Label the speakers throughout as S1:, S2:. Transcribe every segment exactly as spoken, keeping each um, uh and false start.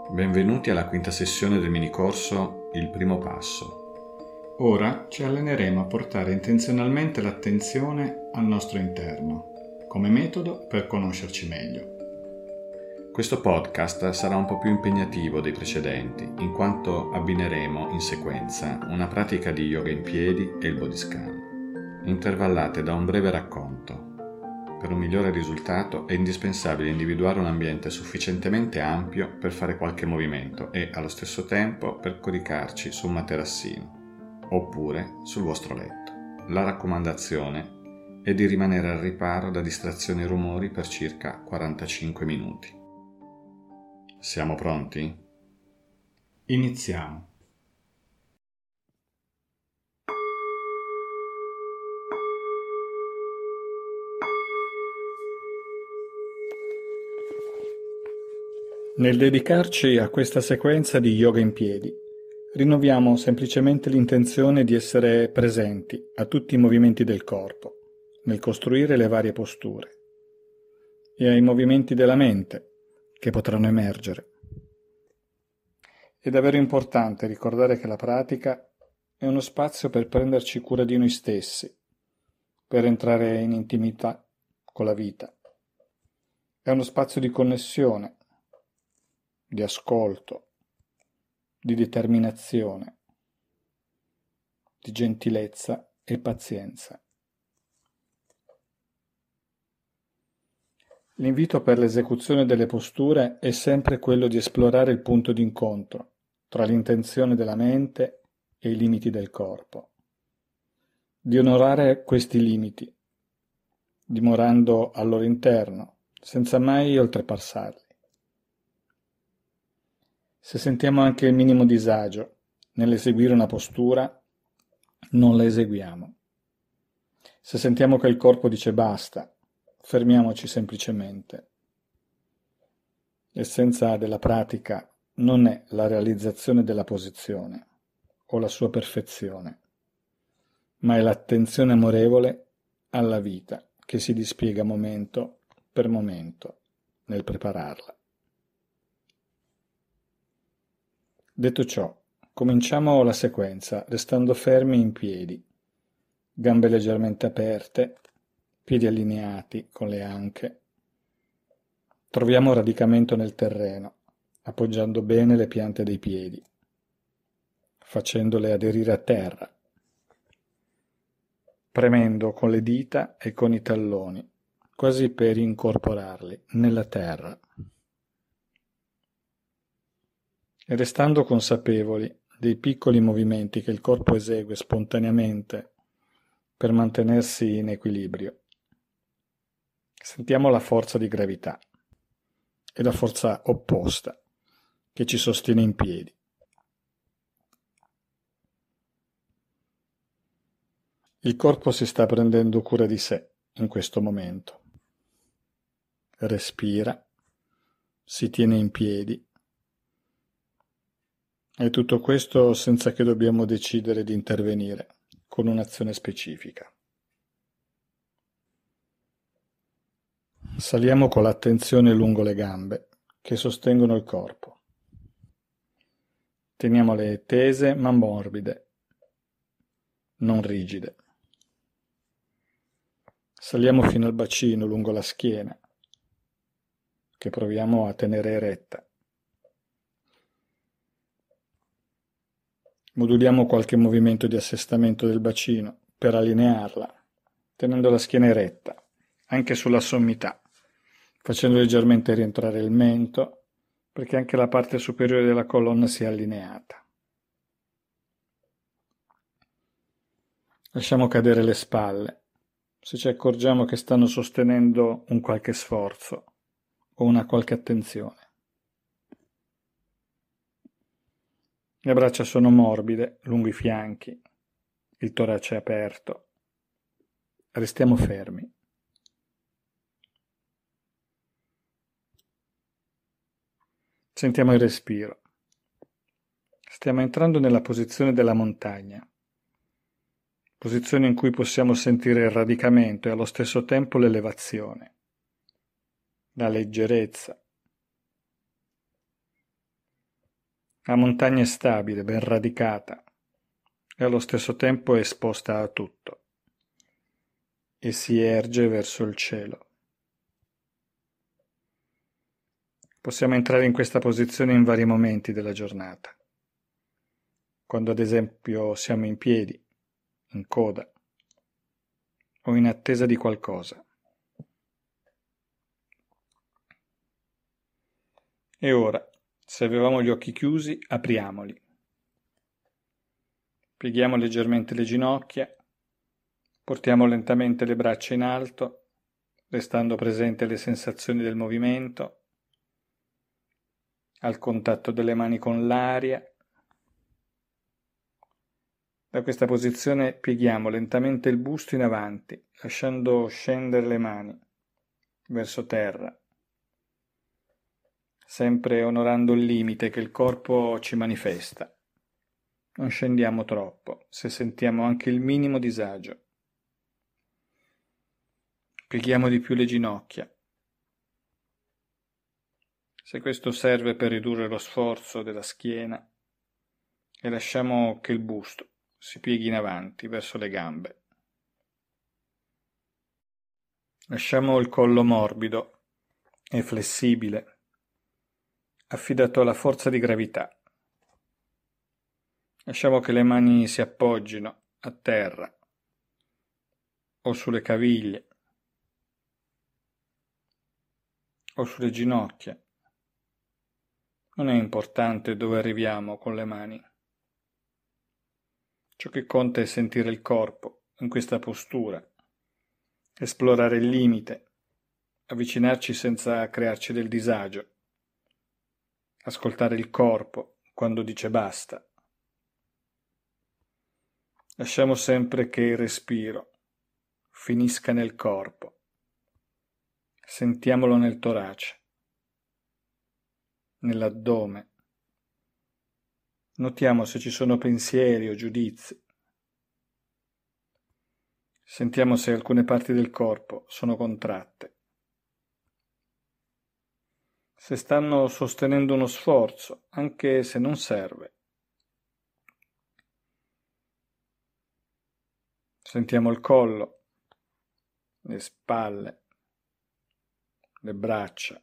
S1: Benvenuti alla quinta sessione del minicorso Il primo passo. Ora ci alleneremo a portare intenzionalmente l'attenzione al nostro interno, come metodo per conoscerci meglio. Questo podcast sarà un po' più impegnativo dei precedenti, in quanto abbineremo in sequenza una pratica di yoga in piedi e il body scan, intervallate da un breve racconto. Per un migliore risultato è indispensabile individuare un ambiente sufficientemente ampio per fare qualche movimento e, allo stesso tempo, per coricarci su un materassino, oppure sul vostro letto. La raccomandazione è di rimanere al riparo da distrazioni e rumori per circa quarantacinque minuti. Siamo pronti? Iniziamo. Nel dedicarci a questa sequenza di yoga in piedi, rinnoviamo semplicemente l'intenzione di essere presenti a tutti i movimenti del corpo, nel costruire le varie posture, e ai movimenti della mente che potranno emergere. È davvero importante ricordare che la pratica è uno spazio per prenderci cura di noi stessi, per entrare in intimità con la vita. È uno spazio di connessione, di ascolto, di determinazione, di gentilezza e pazienza. L'invito per l'esecuzione delle posture è sempre quello di esplorare il punto d'incontro tra l'intenzione della mente e i limiti del corpo, di onorare questi limiti, dimorando al loro interno, senza mai oltrepassarli. Se sentiamo anche il minimo disagio nell'eseguire una postura, non la eseguiamo. Se sentiamo che il corpo dice basta, fermiamoci semplicemente. L'essenza della pratica non è la realizzazione della posizione o la sua perfezione, ma è l'attenzione amorevole alla vita che si dispiega momento per momento nel prepararla. Detto ciò, cominciamo la sequenza restando fermi in piedi, gambe leggermente aperte, piedi allineati con le anche. Troviamo radicamento nel terreno, appoggiando bene le piante dei piedi, facendole aderire a terra, premendo con le dita e con i talloni, quasi per incorporarli nella terra. E restando consapevoli dei piccoli movimenti che il corpo esegue spontaneamente per mantenersi in equilibrio, sentiamo la forza di gravità e la forza opposta che ci sostiene in piedi. Il corpo si sta prendendo cura di sé in questo momento. Respira, si tiene in piedi, e tutto questo senza che dobbiamo decidere di intervenire con un'azione specifica. Saliamo con l'attenzione lungo le gambe che sostengono il corpo. Teniamole tese ma morbide, non rigide. Saliamo fino al bacino lungo la schiena, che proviamo a tenere eretta. Moduliamo qualche movimento di assestamento del bacino per allinearla, tenendo la schiena eretta, anche sulla sommità, facendo leggermente rientrare il mento, perché anche la parte superiore della colonna sia allineata. Lasciamo cadere le spalle, se ci accorgiamo che stanno sostenendo un qualche sforzo o una qualche attenzione. Le braccia sono morbide lungo i fianchi, il torace è aperto. Restiamo fermi. Sentiamo il respiro. Stiamo entrando nella posizione della montagna, posizione in cui possiamo sentire il radicamento e allo stesso tempo l'elevazione, la leggerezza. La montagna è stabile, ben radicata e allo stesso tempo è esposta a tutto e si erge verso il cielo. Possiamo entrare in questa posizione in vari momenti della giornata, quando ad esempio siamo in piedi, in coda o in attesa di qualcosa. E ora, se avevamo gli occhi chiusi, apriamoli. Pieghiamo leggermente le ginocchia, portiamo lentamente le braccia in alto, restando presente le sensazioni del movimento, al contatto delle mani con l'aria. Da questa posizione pieghiamo lentamente il busto in avanti, lasciando scendere le mani verso terra, sempre onorando il limite che il corpo ci manifesta. Non scendiamo troppo, se sentiamo anche il minimo disagio. Pieghiamo di più le ginocchia. Se questo serve per ridurre lo sforzo della schiena, e lasciamo che il busto si pieghi in avanti verso le gambe. Lasciamo il collo morbido e flessibile, affidato alla forza di gravità. Lasciamo che le mani si appoggino a terra o sulle caviglie o sulle ginocchia. Non è importante dove arriviamo con le mani. Ciò che conta è sentire il corpo in questa postura, esplorare il limite, avvicinarci senza crearci del disagio, ascoltare il corpo quando dice basta. Lasciamo sempre che il respiro finisca nel corpo. Sentiamolo nel torace, nell'addome. Notiamo se ci sono pensieri o giudizi. Sentiamo se alcune parti del corpo sono contratte. Se stanno sostenendo uno sforzo, anche se non serve. Sentiamo il collo, le spalle, le braccia,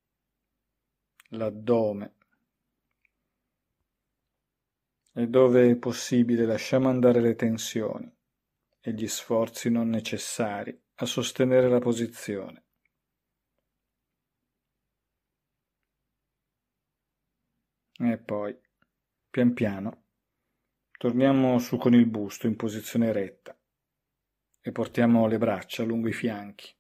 S1: l'addome. E dove è possibile lasciamo andare le tensioni e gli sforzi non necessari a sostenere la posizione. E poi, pian piano, torniamo su con il busto in posizione eretta e portiamo le braccia lungo i fianchi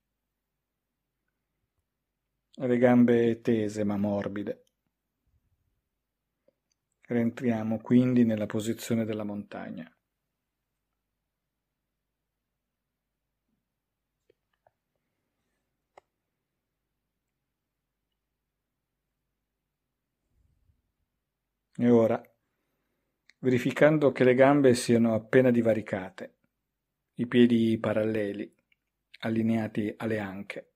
S1: e le gambe tese ma morbide. Rientriamo quindi nella posizione della montagna. E ora, verificando che le gambe siano appena divaricate, i piedi paralleli, allineati alle anche,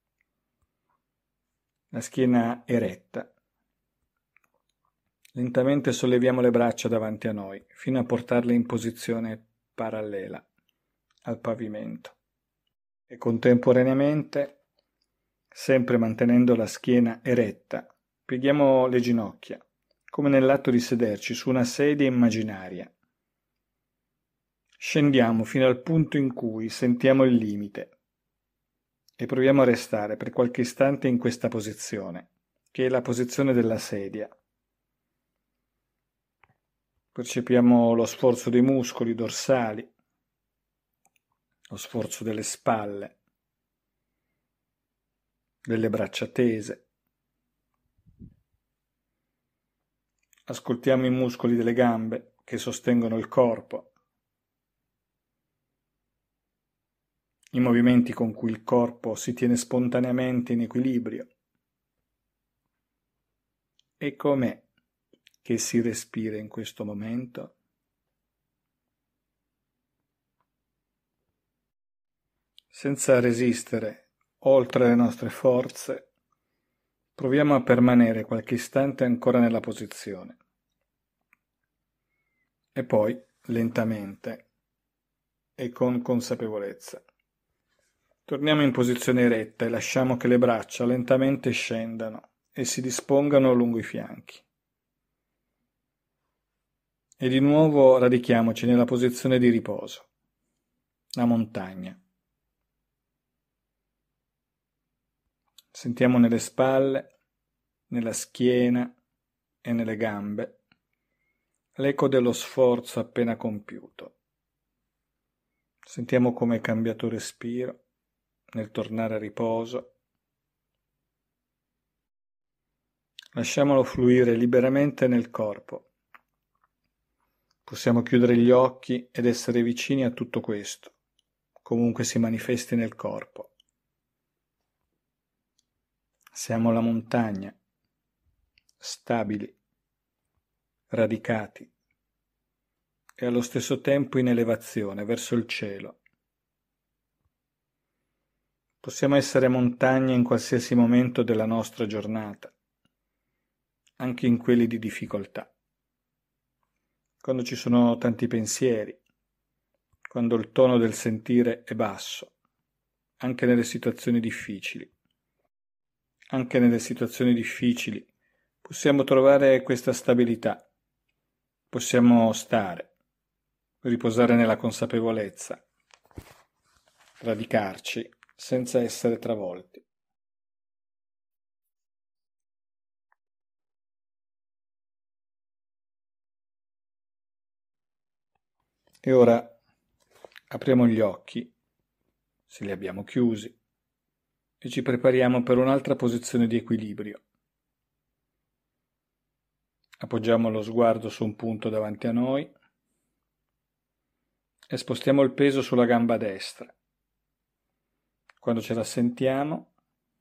S1: la schiena eretta, lentamente solleviamo le braccia davanti a noi fino a portarle in posizione parallela al pavimento e contemporaneamente, sempre mantenendo la schiena eretta, pieghiamo le ginocchia come nell'atto di sederci su una sedia immaginaria. Scendiamo fino al punto in cui sentiamo il limite e proviamo a restare per qualche istante in questa posizione, che è la posizione della sedia. Percepiamo lo sforzo dei muscoli dorsali, lo sforzo delle spalle, delle braccia tese. Ascoltiamo i muscoli delle gambe che sostengono il corpo, i movimenti con cui il corpo si tiene spontaneamente in equilibrio. E com'è che si respira in questo momento? Senza resistere oltre le nostre forze, proviamo a permanere qualche istante ancora nella posizione, e poi lentamente e con consapevolezza. Torniamo in posizione eretta e lasciamo che le braccia lentamente scendano e si dispongano lungo i fianchi. E di nuovo radichiamoci nella posizione di riposo, la montagna. Sentiamo nelle spalle, nella schiena e nelle gambe l'eco dello sforzo appena compiuto. Sentiamo come è cambiato il respiro nel tornare a riposo. Lasciamolo fluire liberamente nel corpo. Possiamo chiudere gli occhi ed essere vicini a tutto questo, comunque si manifesti nel corpo. Siamo la montagna, stabili, radicati e allo stesso tempo in elevazione verso il cielo. Possiamo essere montagna in qualsiasi momento della nostra giornata, anche in quelli di difficoltà, quando ci sono tanti pensieri, quando il tono del sentire è basso, anche nelle situazioni difficili. Anche nelle situazioni difficili possiamo trovare questa stabilità, possiamo stare, riposare nella consapevolezza, radicarci senza essere travolti. E ora apriamo gli occhi, se li abbiamo chiusi, e ci prepariamo per un'altra posizione di equilibrio. Appoggiamo lo sguardo su un punto davanti a noi e spostiamo il peso sulla gamba destra. Quando ce la sentiamo,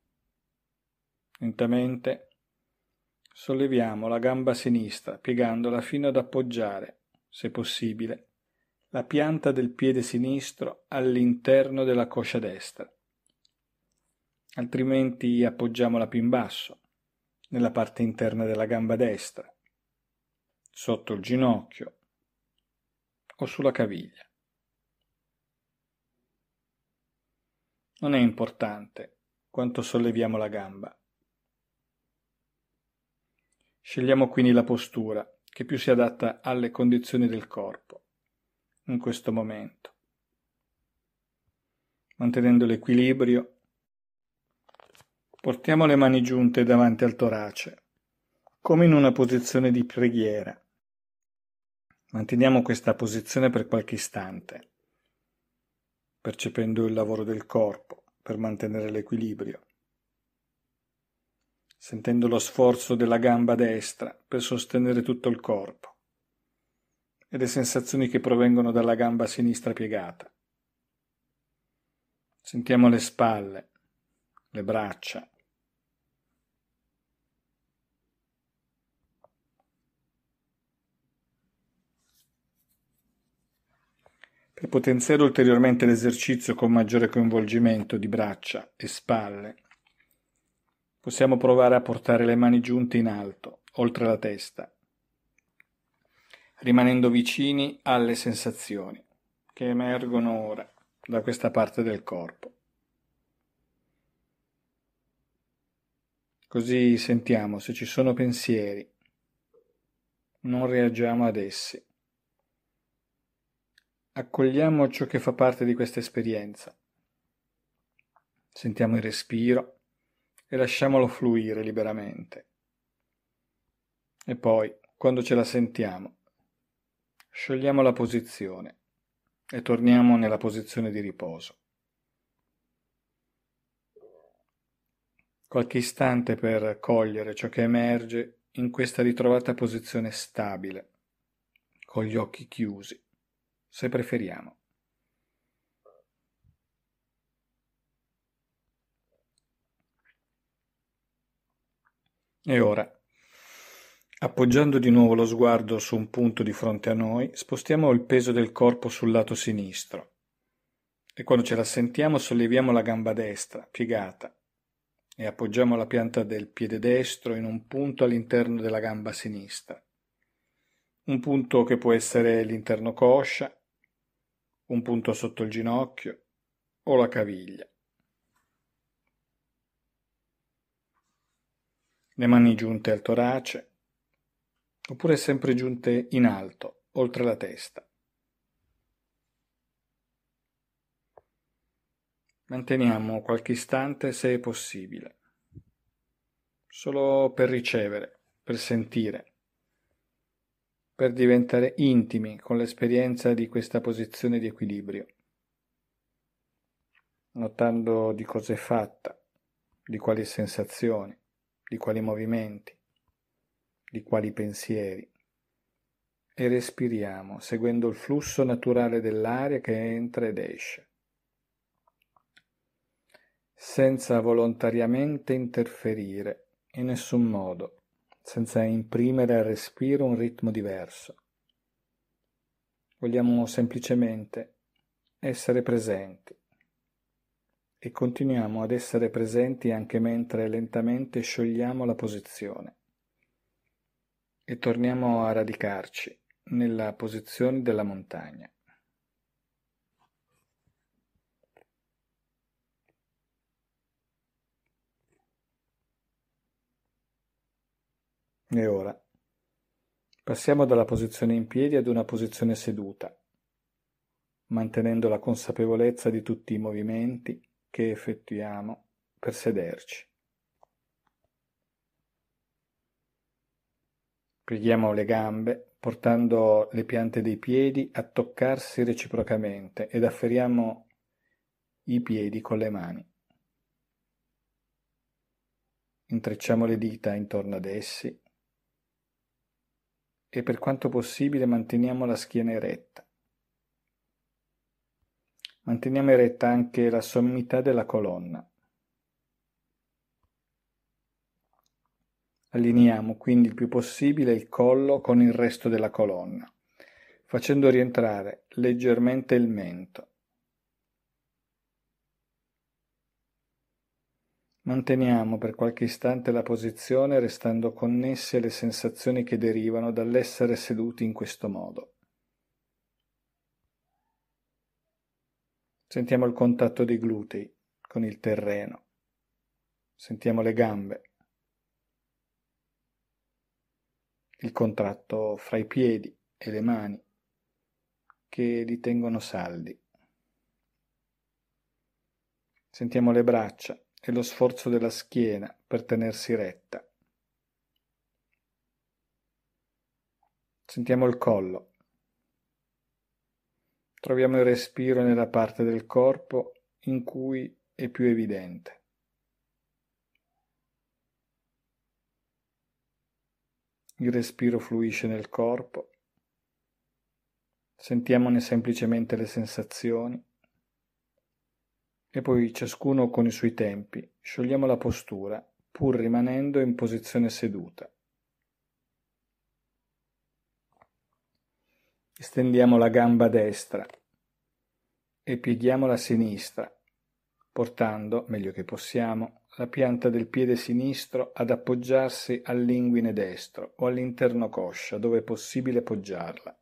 S1: lentamente solleviamo la gamba sinistra, piegandola fino ad appoggiare, se possibile, la pianta del piede sinistro all'interno della coscia destra. Altrimenti appoggiamola più in basso, nella parte interna della gamba destra, sotto il ginocchio o sulla caviglia. Non è importante quanto solleviamo la gamba. Scegliamo quindi la postura che più si adatta alle condizioni del corpo in questo momento. Mantenendo l'equilibrio, portiamo le mani giunte davanti al torace, come in una posizione di preghiera. Manteniamo questa posizione per qualche istante, percependo il lavoro del corpo per mantenere l'equilibrio, sentendo lo sforzo della gamba destra per sostenere tutto il corpo e le sensazioni che provengono dalla gamba sinistra piegata. Sentiamo le spalle, le braccia. Per potenziare ulteriormente l'esercizio con maggiore coinvolgimento di braccia e spalle, possiamo provare a portare le mani giunte in alto, oltre la testa, rimanendo vicini alle sensazioni che emergono ora da questa parte del corpo. Così sentiamo se ci sono pensieri, non reagiamo ad essi. Accogliamo ciò che fa parte di questa esperienza. Sentiamo il respiro e lasciamolo fluire liberamente. E poi, quando ce la sentiamo, sciogliamo la posizione e torniamo nella posizione di riposo. Qualche istante per cogliere ciò che emerge in questa ritrovata posizione stabile, con gli occhi chiusi, se preferiamo. E ora, appoggiando di nuovo lo sguardo su un punto di fronte a noi, spostiamo il peso del corpo sul lato sinistro e quando ce la sentiamo solleviamo la gamba destra, piegata, e appoggiamo la pianta del piede destro in un punto all'interno della gamba sinistra. un punto che può essere l'interno coscia, un punto sotto il ginocchio o la caviglia. Le mani giunte al torace, oppure sempre giunte in alto, oltre la testa. Manteniamo qualche istante se è possibile, solo per ricevere, per sentire, per diventare intimi con l'esperienza di questa posizione di equilibrio, notando di cosa è fatta, di quali sensazioni, di quali movimenti, di quali pensieri, e respiriamo seguendo il flusso naturale dell'aria che entra ed esce, senza volontariamente interferire in nessun modo, senza imprimere al respiro un ritmo diverso. Vogliamo semplicemente essere presenti e continuiamo ad essere presenti anche mentre lentamente sciogliamo la posizione e torniamo a radicarci nella posizione della montagna. E ora passiamo dalla posizione in piedi ad una posizione seduta, mantenendo la consapevolezza di tutti i movimenti che effettuiamo per sederci. Pieghiamo le gambe, portando le piante dei piedi a toccarsi reciprocamente ed afferriamo i piedi con le mani. Intrecciamo le dita intorno ad essi e per quanto possibile manteniamo la schiena eretta. Manteniamo eretta anche la sommità della colonna. Allineiamo quindi il più possibile il collo con il resto della colonna, facendo rientrare leggermente il mento. Manteniamo per qualche istante la posizione restando connessi alle sensazioni che derivano dall'essere seduti in questo modo. Sentiamo il contatto dei glutei con il terreno. Sentiamo le gambe. Il contratto fra i piedi e le mani che li tengono saldi. Sentiamo le braccia e lo sforzo della schiena per tenersi retta. Sentiamo il collo. Troviamo il respiro nella parte del corpo in cui è più evidente. Il respiro fluisce nel corpo. Sentiamone semplicemente le sensazioni. E poi, ciascuno con i suoi tempi, sciogliamo la postura, pur rimanendo in posizione seduta. Stendiamo la gamba destra e pieghiamo la sinistra, portando, meglio che possiamo, la pianta del piede sinistro ad appoggiarsi all'inguine destro o all'interno coscia, dove è possibile poggiarla.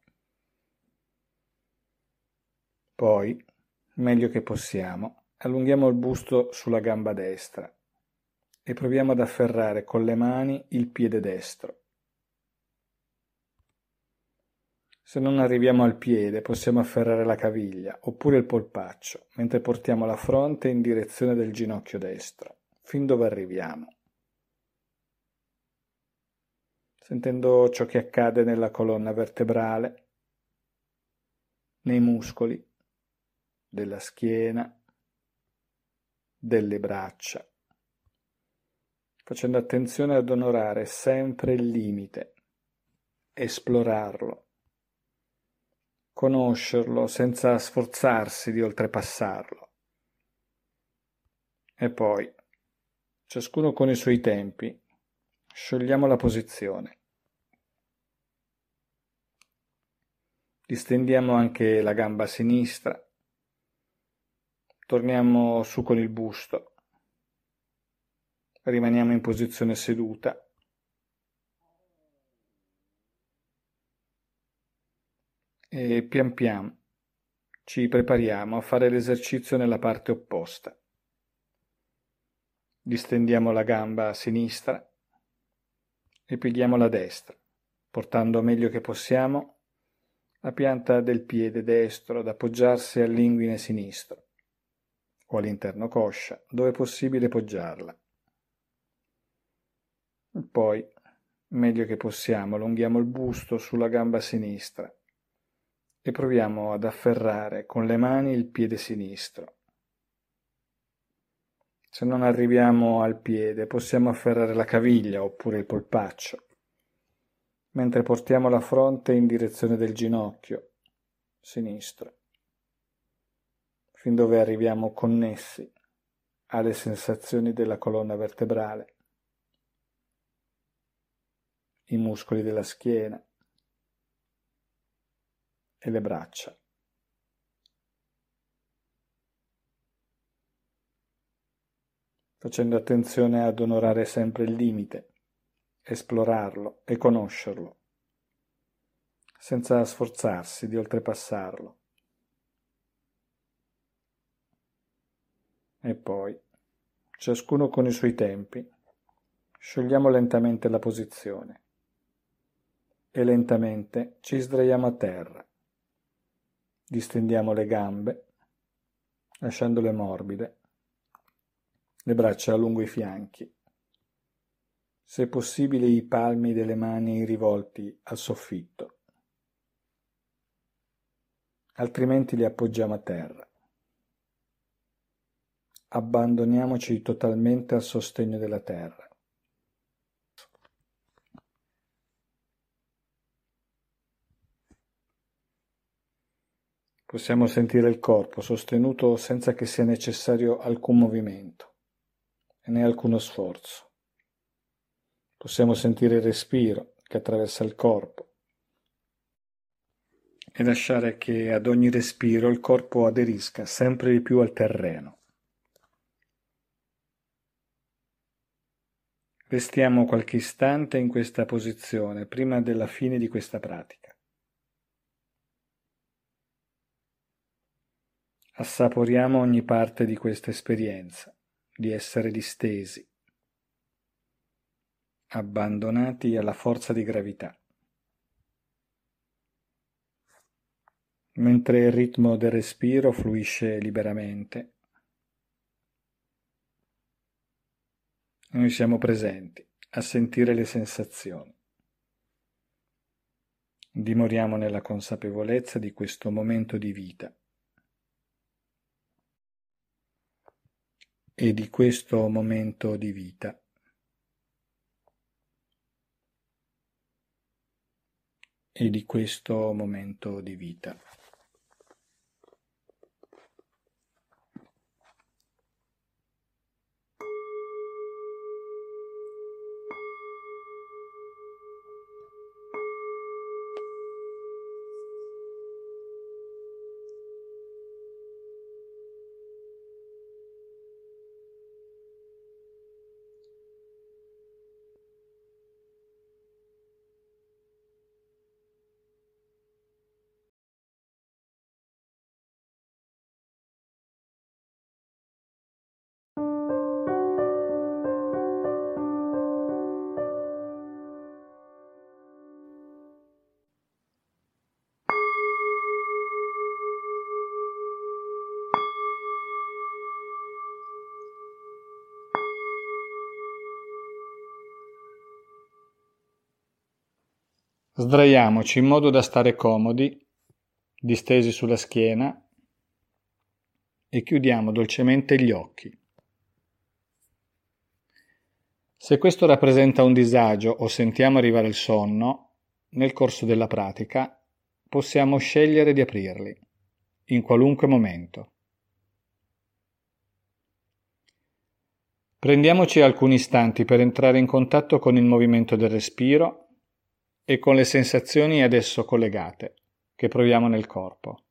S1: Poi, meglio che possiamo, allunghiamo il busto sulla gamba destra e proviamo ad afferrare con le mani il piede destro. Se non arriviamo al piede, possiamo afferrare la caviglia oppure il polpaccio, mentre portiamo la fronte in direzione del ginocchio destro, fin dove arriviamo. Sentendo ciò che accade nella colonna vertebrale, nei muscoli, della schiena, delle braccia, facendo attenzione ad onorare sempre il limite, esplorarlo, conoscerlo senza sforzarsi di oltrepassarlo. E poi, ciascuno con i suoi tempi, sciogliamo la posizione. Distendiamo anche la gamba sinistra, torniamo su con il busto, rimaniamo in posizione seduta.
S2: e pian piano ci prepariamo a fare l'esercizio nella parte opposta. Distendiamo la gamba sinistra e pieghiamo la destra, portando meglio che possiamo la pianta del piede destro ad appoggiarsi all'inguine sinistro o all'interno coscia, dove è possibile poggiarla. E poi, meglio che possiamo, allunghiamo il busto sulla gamba sinistra e proviamo ad afferrare con le mani il piede sinistro. Se non arriviamo al piede, possiamo afferrare la caviglia oppure il polpaccio, mentre portiamo la fronte in direzione del ginocchio sinistro, fin dove arriviamo connessi alle sensazioni della colonna vertebrale, i muscoli della schiena e le braccia. Facendo attenzione ad onorare sempre il limite, esplorarlo e conoscerlo, senza sforzarsi di oltrepassarlo. E poi, ciascuno con i suoi tempi, sciogliamo lentamente la posizione e lentamente ci sdraiamo a terra. Distendiamo le gambe, lasciandole morbide, le braccia lungo i fianchi, se possibile i palmi delle mani rivolti al soffitto, altrimenti li appoggiamo a terra. Abbandoniamoci totalmente al sostegno della terra. Possiamo sentire il corpo sostenuto senza che sia necessario alcun movimento e né alcuno sforzo. Possiamo sentire il respiro che attraversa il corpo e lasciare che ad ogni respiro il corpo aderisca sempre di più al terreno. Restiamo qualche istante in questa posizione prima della fine di questa pratica. Assaporiamo ogni parte di questa esperienza, di essere distesi, abbandonati alla forza di gravità. Mentre il ritmo del respiro fluisce liberamente, noi siamo presenti a sentire le sensazioni. Dimoriamo nella consapevolezza di questo momento di vita e di questo momento di vita e di questo momento di vita. Sdraiamoci in modo da stare comodi, distesi sulla schiena e chiudiamo dolcemente gli occhi. Se questo rappresenta un disagio o sentiamo arrivare il sonno, nel corso della pratica possiamo scegliere di aprirli, in qualunque momento. Prendiamoci alcuni istanti per entrare in contatto con il movimento del respiro e con le sensazioni ad esso collegate, che proviamo nel corpo.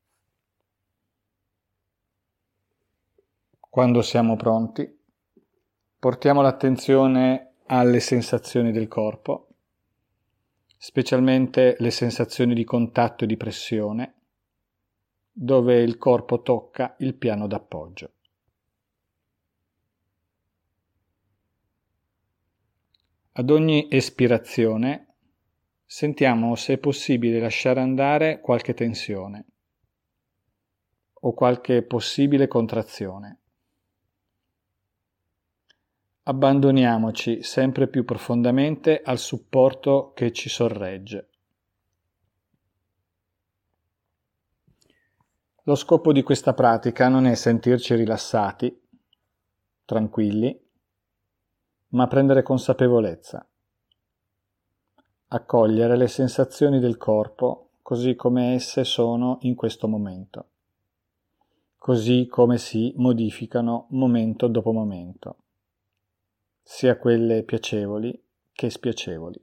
S2: Quando siamo pronti, portiamo l'attenzione alle sensazioni del corpo specialmente le sensazioni di contatto e di pressione, dove il corpo tocca il piano d'appoggio. Ad ogni espirazione sentiamo se è possibile lasciare andare qualche tensione o qualche possibile contrazione. Abbandoniamoci sempre più profondamente al supporto che ci sorregge. Lo scopo di questa pratica non è sentirci rilassati, tranquilli, ma prendere consapevolezza, accogliere le sensazioni del corpo così come esse sono in questo momento, così come si modificano momento dopo momento, sia quelle piacevoli che spiacevoli.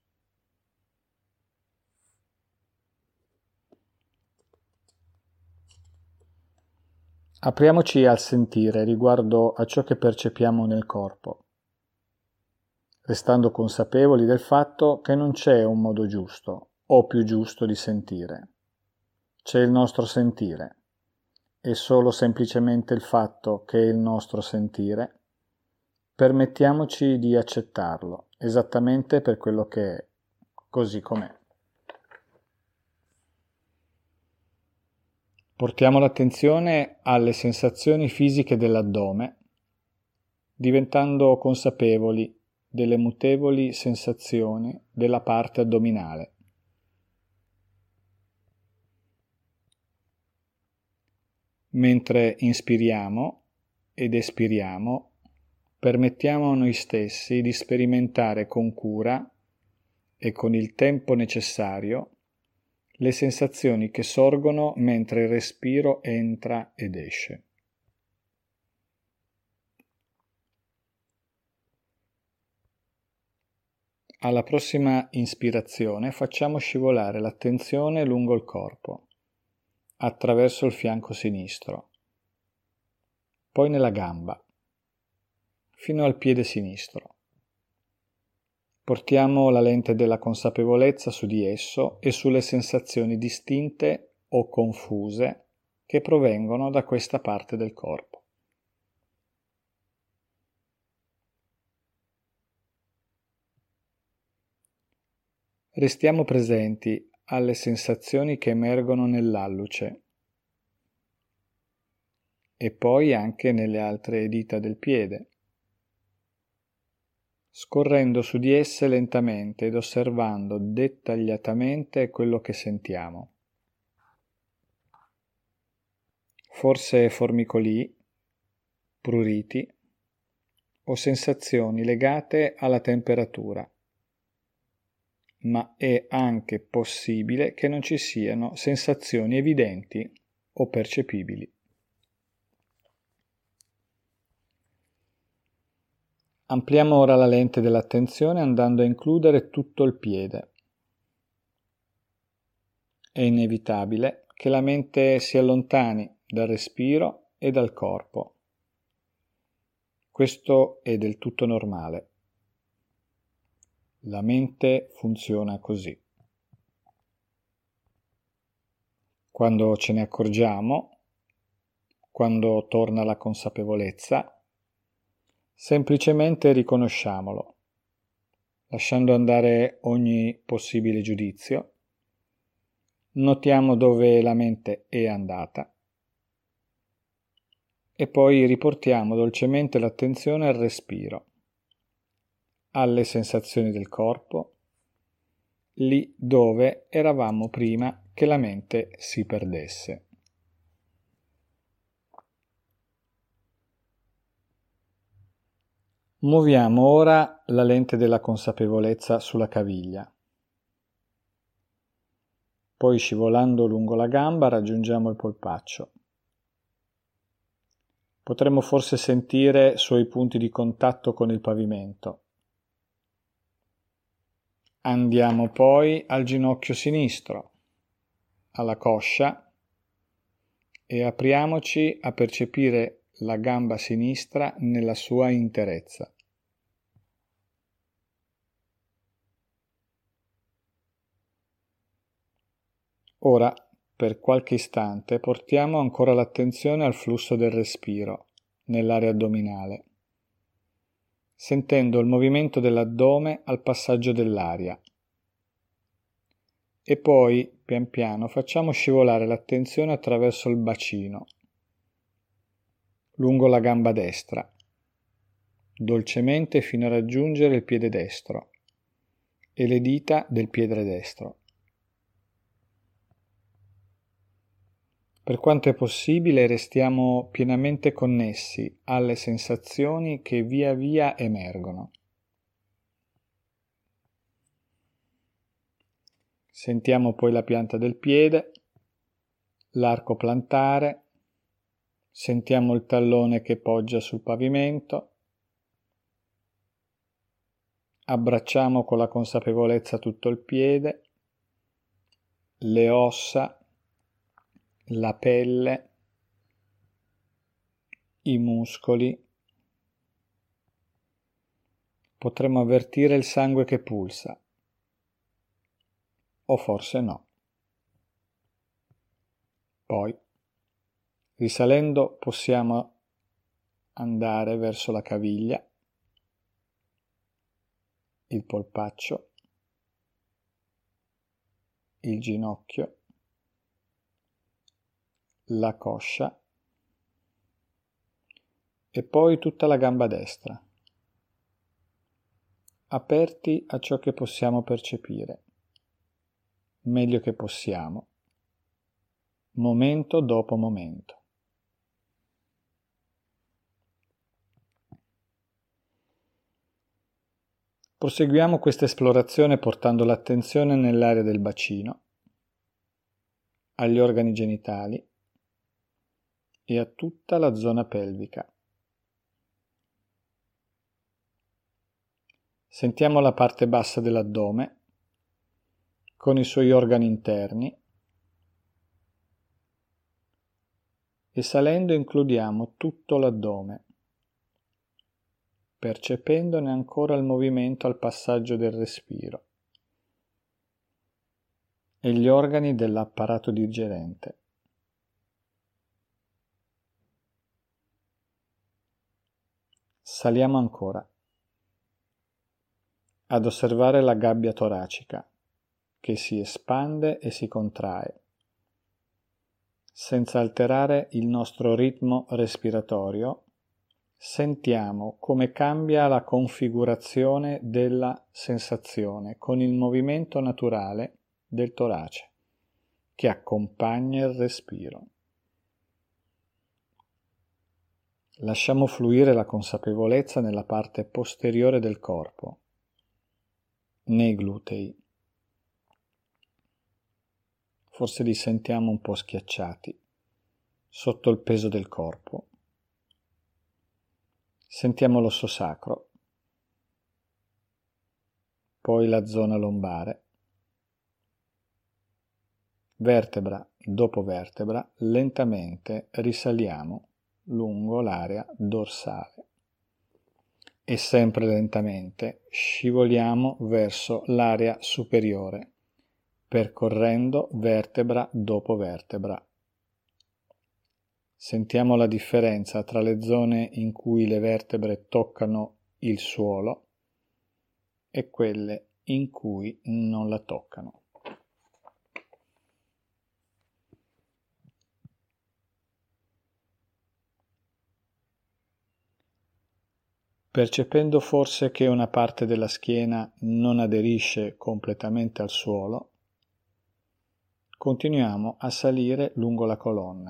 S2: Apriamoci al sentire riguardo a ciò che percepiamo nel corpo, restando consapevoli del fatto che non c'è un modo giusto o più giusto di sentire. C'è il nostro sentire e solo semplicemente il fatto che è il nostro sentire, permettiamoci di accettarlo esattamente per quello che è, così com'è. Portiamo l'attenzione alle sensazioni fisiche dell'addome, diventando consapevoli delle mutevoli sensazioni della parte addominale. Mentre inspiriamo ed espiriamo, permettiamo a noi stessi di sperimentare con cura e con il tempo necessario le sensazioni che sorgono mentre il respiro entra ed esce. Alla prossima inspirazione facciamo scivolare l'attenzione lungo il corpo, attraverso il fianco sinistro, poi nella gamba, fino al piede sinistro. Portiamo la lente della consapevolezza su di esso e sulle sensazioni distinte o confuse che provengono da questa parte del corpo. Restiamo presenti alle sensazioni che emergono nell'alluce e poi anche nelle altre dita del piede, scorrendo su di esse lentamente ed osservando dettagliatamente quello che sentiamo. Forse formicolii, pruriti o sensazioni legate alla temperatura, ma è anche possibile che non ci siano sensazioni evidenti o percepibili. Ampliamo ora la lente dell'attenzione andando a includere tutto il piede. È inevitabile che la mente si allontani dal respiro e dal corpo. Questo è del tutto normale. La mente funziona così. Quando ce ne accorgiamo, quando torna la consapevolezza, semplicemente riconosciamolo, lasciando andare ogni possibile giudizio. Notiamo dove la mente è andata e poi riportiamo dolcemente l'attenzione al respiro, alle sensazioni del corpo, lì dove eravamo prima che la mente si perdesse. Muoviamo ora la lente della consapevolezza sulla caviglia. Poi scivolando lungo la gamba raggiungiamo il polpaccio. Potremmo forse sentire suoi punti di contatto con il pavimento. Andiamo poi al ginocchio sinistro, alla coscia e apriamoci a percepire la gamba sinistra nella sua interezza. Ora, per qualche istante, portiamo ancora l'attenzione al flusso del respiro nell'area addominale, sentendo il movimento dell'addome al passaggio dell'aria. E poi, pian piano, facciamo scivolare l'attenzione attraverso il bacino, lungo la gamba destra, dolcemente fino a raggiungere il piede destro e le dita del piede destro. Per quanto è possibile restiamo pienamente connessi alle sensazioni che via via emergono. Sentiamo poi la pianta del piede, l'arco plantare, sentiamo il tallone che poggia sul pavimento, abbracciamo con la consapevolezza tutto il piede, le ossa, la pelle, i muscoli. Potremmo avvertire il sangue che pulsa, o forse no. Poi, risalendo, possiamo andare verso la caviglia, il polpaccio, il ginocchio, la coscia e poi tutta la gamba destra, aperti a ciò che possiamo percepire, meglio che possiamo, momento dopo momento. Proseguiamo questa esplorazione portando l'attenzione nell'area del bacino, agli organi genitali e a tutta la zona pelvica. Sentiamo la parte bassa dell'addome con i suoi organi interni e salendo includiamo tutto l'addome, percependone ancora il movimento al passaggio del respiro e gli organi dell'apparato digerente. Saliamo ancora ad osservare la gabbia toracica che si espande e si contrae, senza alterare il nostro ritmo respiratorio. Sentiamo come cambia la configurazione della sensazione con il movimento naturale del torace che accompagna il respiro. Lasciamo fluire la consapevolezza nella parte posteriore del corpo, nei glutei. Forse li sentiamo un po' schiacciati sotto il peso del corpo. Sentiamo l'osso sacro, poi la zona lombare, vertebra dopo vertebra, lentamente risaliamo lungo l'area dorsale e sempre lentamente scivoliamo verso l'area superiore, percorrendo vertebra dopo vertebra. Sentiamo la differenza tra le zone in cui le vertebre toccano il suolo e quelle in cui non la toccano. Percependo forse che una parte della schiena non aderisce completamente al suolo, continuiamo a salire lungo la colonna,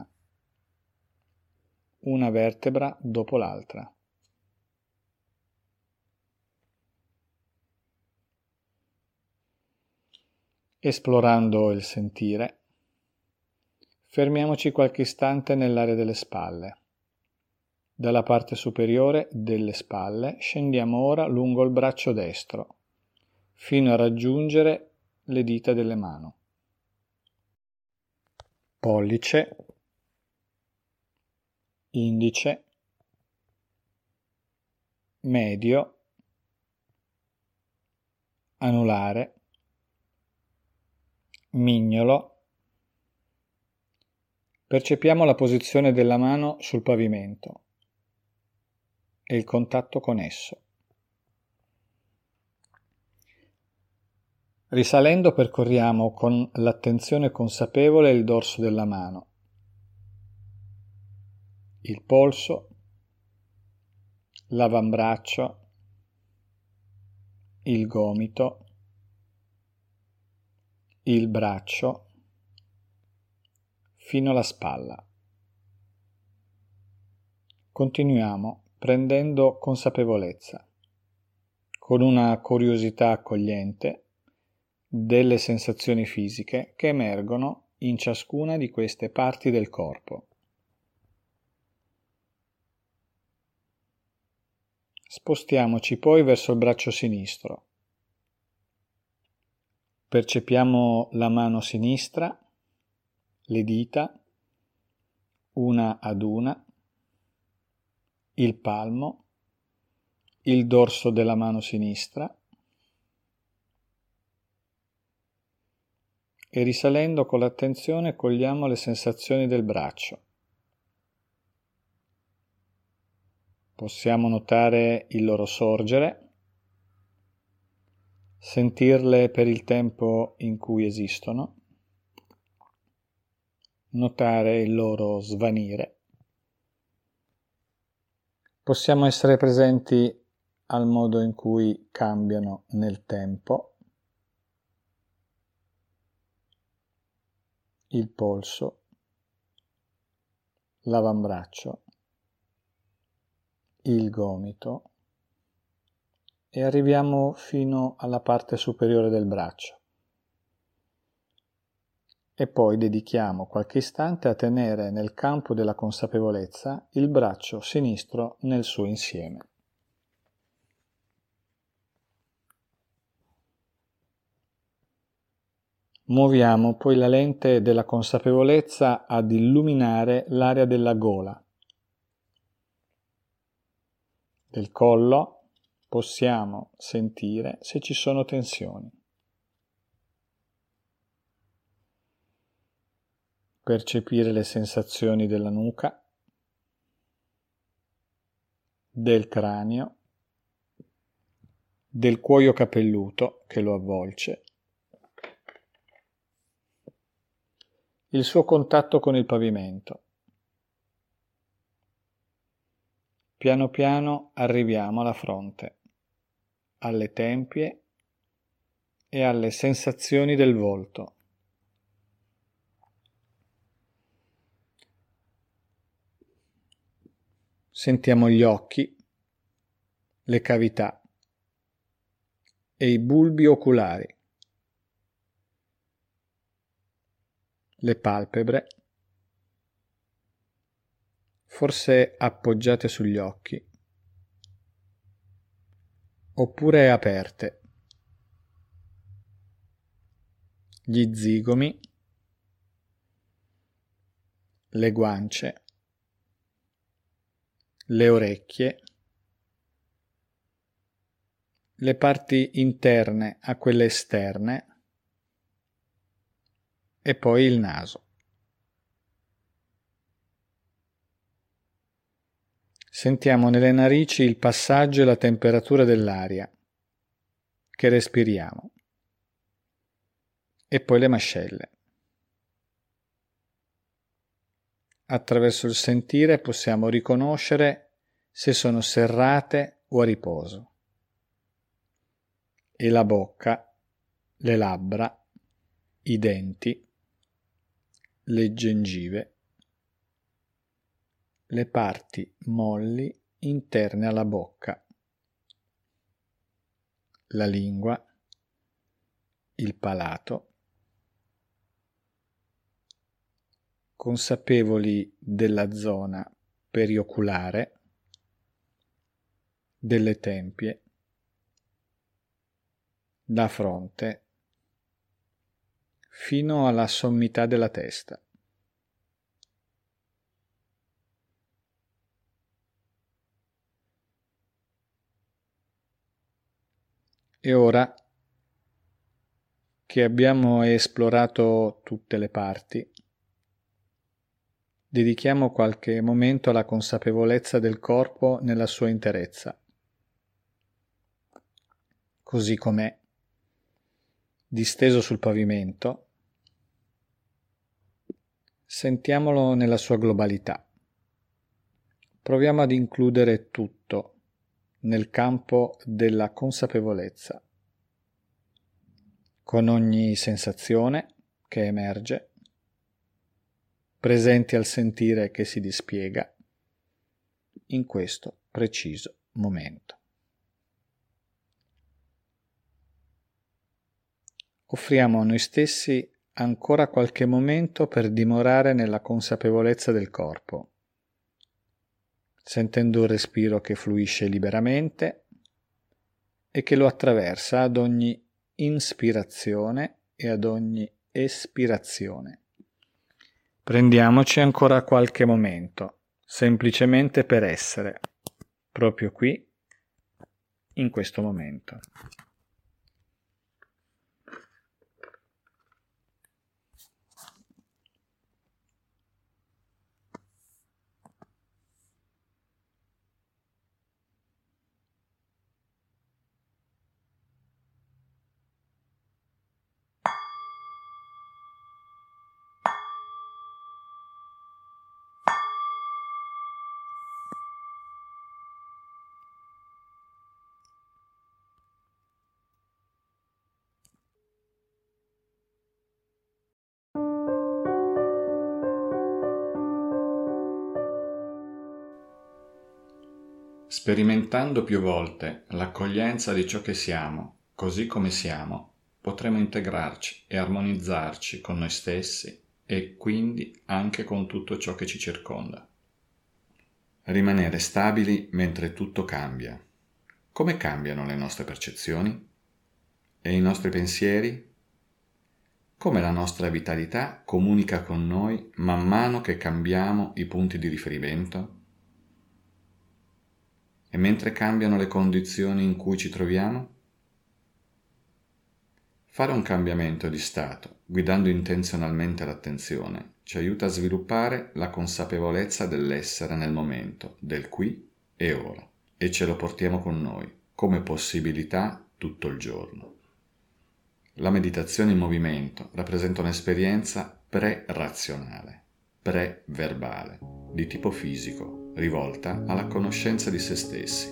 S2: una vertebra dopo l'altra. Esplorando il sentire, fermiamoci qualche istante nell'area delle spalle. Dalla parte superiore delle spalle scendiamo ora lungo il braccio destro, fino a raggiungere le dita delle mani. Pollice, indice, medio, anulare, mignolo, Percepiamo la posizione della mano sul pavimento e il contatto con esso. Risalendo percorriamo con l'attenzione consapevole il dorso della mano, il polso, l'avambraccio, il gomito, il braccio, fino alla spalla. Continuiamo prendendo consapevolezza, con una curiosità accogliente, delle sensazioni fisiche che emergono in ciascuna di queste parti del corpo. Spostiamoci poi verso il braccio sinistro. Percepiamo la mano sinistra, le dita, una ad una, il palmo, il dorso della mano sinistra e risalendo con l'attenzione cogliamo le sensazioni del braccio. Possiamo notare il loro sorgere, sentirle per il tempo in cui esistono, notare il loro svanire. Possiamo essere presenti al modo in cui cambiano nel tempo, il polso, l'avambraccio, il gomito e arriviamo fino alla parte superiore del braccio. E poi dedichiamo qualche istante a tenere nel campo della consapevolezza il braccio sinistro nel suo insieme. Muoviamo poi la lente della consapevolezza ad illuminare l'area della gola, del collo. Possiamo sentire se ci sono tensioni. Percepire le sensazioni della nuca, del cranio, del cuoio capelluto che lo avvolge, il suo contatto con il pavimento. Piano piano arriviamo alla fronte, alle tempie e alle sensazioni del volto. Sentiamo gli occhi, le cavità e i bulbi oculari, le palpebre, forse appoggiate sugli occhi, oppure aperte, gli zigomi, le guance, le orecchie, le parti interne a quelle esterne e poi il naso. Sentiamo nelle narici il passaggio e la temperatura dell'aria che respiriamo e poi le mascelle. Attraverso il sentire possiamo riconoscere se sono serrate o a riposo. E la bocca, le labbra, i denti, le gengive, le parti molli interne alla bocca, la lingua, il palato, consapevoli della zona perioculare, delle tempie, da fronte fino alla sommità della testa. E ora che abbiamo esplorato tutte le parti, dedichiamo qualche momento alla consapevolezza del corpo nella sua interezza, così com'è, disteso sul pavimento. Sentiamolo nella sua globalità. Proviamo ad includere tutto nel campo della consapevolezza, con ogni sensazione che emerge, presenti al sentire che si dispiega in questo preciso momento. Offriamo a noi stessi ancora qualche momento per dimorare nella consapevolezza del corpo, sentendo il respiro che fluisce liberamente e che lo attraversa ad ogni inspirazione e ad ogni espirazione. Prendiamoci ancora qualche momento, semplicemente per essere, proprio qui, in questo momento.
S1: Sperimentando più volte l'accoglienza di ciò che siamo, così come siamo, potremo integrarci e armonizzarci con noi stessi e quindi anche con tutto ciò che ci circonda. Rimanere stabili mentre tutto cambia. Come cambiano le nostre percezioni? E i nostri pensieri? Come la nostra vitalità comunica con noi man mano che cambiamo i punti di riferimento? E mentre cambiano le condizioni in cui ci troviamo? Fare un cambiamento di stato, guidando intenzionalmente l'attenzione, ci aiuta a sviluppare la consapevolezza dell'essere nel momento, del qui e ora, e ce lo portiamo con noi, come possibilità tutto il giorno. La meditazione in movimento rappresenta un'esperienza pre-razionale, pre-verbale, di tipo fisico, rivolta alla conoscenza di se stessi.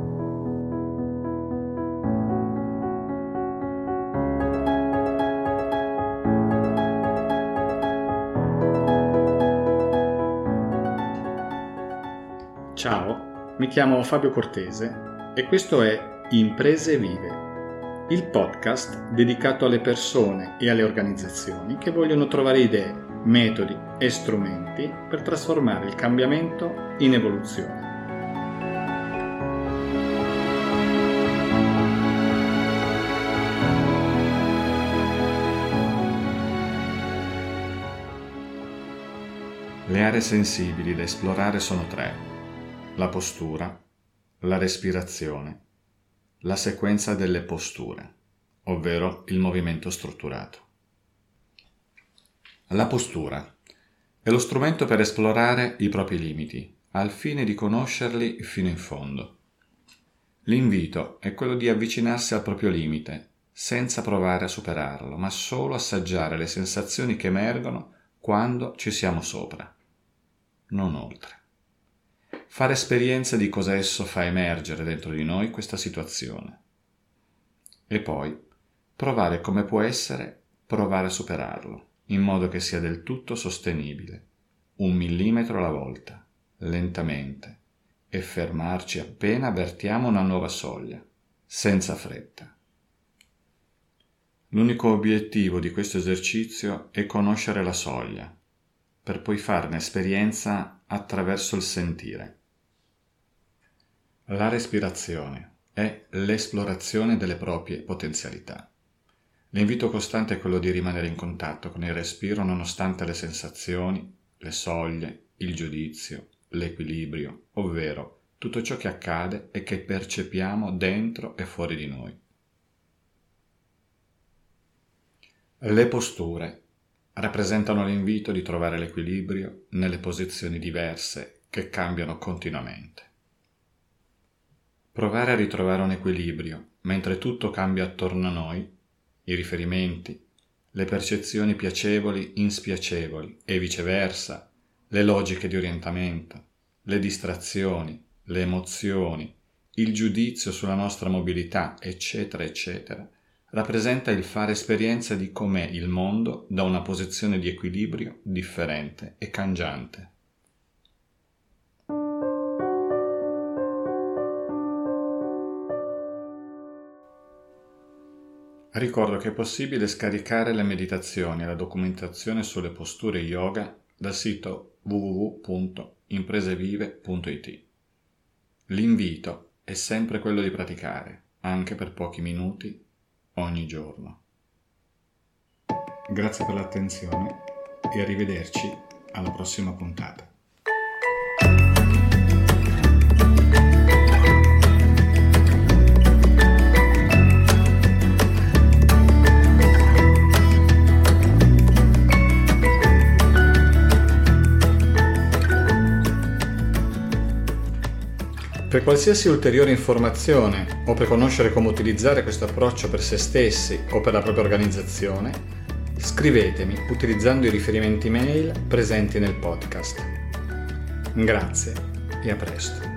S2: Ciao, mi chiamo Fabio Cortese e questo è Imprese Vive, il podcast dedicato alle persone e alle organizzazioni che vogliono trovare idee, metodi e strumenti per trasformare il cambiamento in evoluzione.
S1: Le aree sensibili da esplorare sono tre: la postura, la respirazione, la sequenza delle posture, ovvero il movimento strutturato. La postura è lo strumento per esplorare i propri limiti, al fine di conoscerli fino in fondo. L'invito è quello di avvicinarsi al proprio limite, senza provare a superarlo, ma solo assaggiare le sensazioni che emergono quando ci siamo sopra, non oltre. Fare esperienza di cosa esso fa emergere dentro di noi questa situazione. E poi provare come può essere provare a superarlo, in modo che sia del tutto sostenibile, un millimetro alla volta, lentamente, e fermarci appena avvertiamo una nuova soglia, senza fretta. L'unico obiettivo di questo esercizio è conoscere la soglia, per poi farne esperienza attraverso il sentire. La respirazione è l'esplorazione delle proprie potenzialità. L'invito costante è quello di rimanere in contatto con il respiro nonostante le sensazioni, le soglie, il giudizio, l'equilibrio, ovvero tutto ciò che accade e che percepiamo dentro e fuori di noi. Le posture rappresentano l'invito di trovare l'equilibrio nelle posizioni diverse che cambiano continuamente. Provare a ritrovare un equilibrio mentre tutto cambia attorno a noi, i riferimenti, le percezioni piacevoli, inspiacevoli e viceversa, le logiche di orientamento, le distrazioni, le emozioni, il giudizio sulla nostra mobilità, eccetera, eccetera, rappresenta il fare esperienza di com'è il mondo da una posizione di equilibrio differente e cangiante. Ricordo che è possibile scaricare le meditazioni e la documentazione sulle posture yoga dal sito w w w punto impresevive punto i t. L'invito è sempre quello di praticare, anche per pochi minuti, ogni giorno. Grazie per l'attenzione e arrivederci alla prossima puntata. Per qualsiasi ulteriore informazione o per conoscere come utilizzare questo approccio per se stessi o per la propria organizzazione, scrivetemi utilizzando i riferimenti mail presenti nel podcast. Grazie e a presto.